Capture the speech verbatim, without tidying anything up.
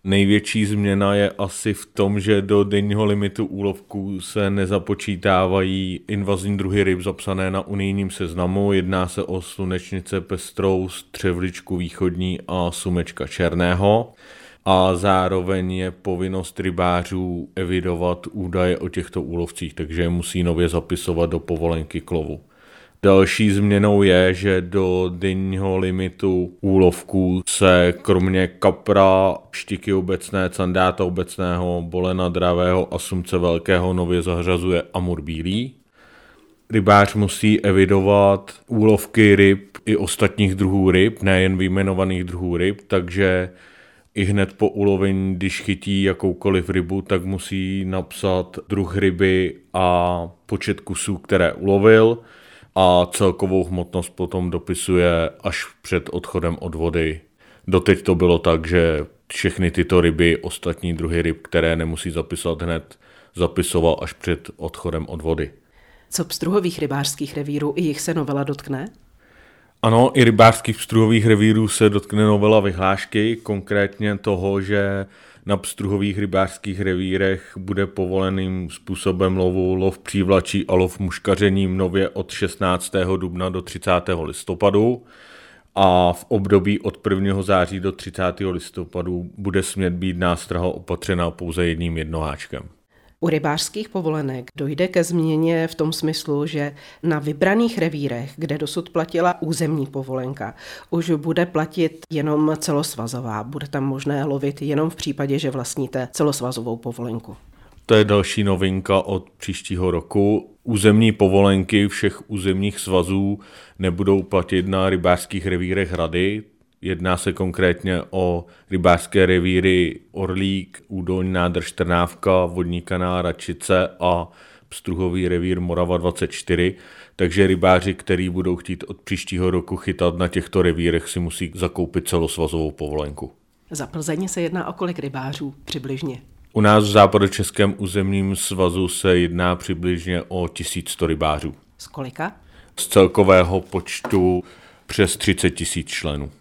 Největší změna je asi v tom, že do denního limitu úlovků se nezapočítávají invazní druhy ryb zapsané na unijním seznamu. Jedná se o slunečnice pestrou, střevličku východní a sumečka černého. A zároveň je povinnost rybářů evidovat údaje o těchto úlovcích, takže je musí nově zapisovat do povolenky k lovu. Další změnou je, že do denního limitu úlovků se kromě kapra, štiky obecné, candáta obecného, bolena dravého a sumce velkého nově zařazuje amur bílý. Rybář musí evidovat úlovky ryb i ostatních druhů ryb, nejen vyjmenovaných druhů ryb, takže i hned po ulovení, když chytí jakoukoliv rybu, tak musí napsat druh ryby a počet kusů, které ulovil, a celkovou hmotnost potom dopisuje až před odchodem od vody. Doteď to bylo tak, že všechny tyto ryby, ostatní druhy ryb, které nemusí zapisovat hned, zapisoval až před odchodem od vody. Co pstruhových rybářských revírů, i jich se novela dotkne? Ano, i rybářských pstruhových revírů se dotkne novela vyhlášky, konkrétně toho, že na pstruhových rybářských revírech bude povoleným způsobem lovu lov přívlačí a lov muškařením nově od šestnáctého dubna do třicátého listopadu a v období od prvního září do třicátého listopadu bude smět být nástraha opatřena pouze jedním jednoháčkem. U rybářských povolenek dojde ke změně v tom smyslu, že na vybraných revírech, kde dosud platila územní povolenka, už bude platit jenom celosvazová. Bude tam možné lovit jenom v případě, že vlastníte celosvazovou povolenku. To je další novinka od příštího roku. Územní povolenky všech územních svazů nebudou platit na rybářských revírech Rady. Jedná se konkrétně o rybářské revíry Orlík, Údoň, Nádrž Trnávka, Vodní kanál Račice a pstruhový revír Morava dvacet čtyři, takže rybáři, kteří budou chtít od příštího roku chytat na těchto revírech, si musí zakoupit celosvazovou povolenku. Za Plzeň se jedná o kolik rybářů přibližně? U nás v Západočeském územním svazu se jedná přibližně o tisíc sto rybářů. Z kolika? Z celkového počtu přes třicet tisíc členů.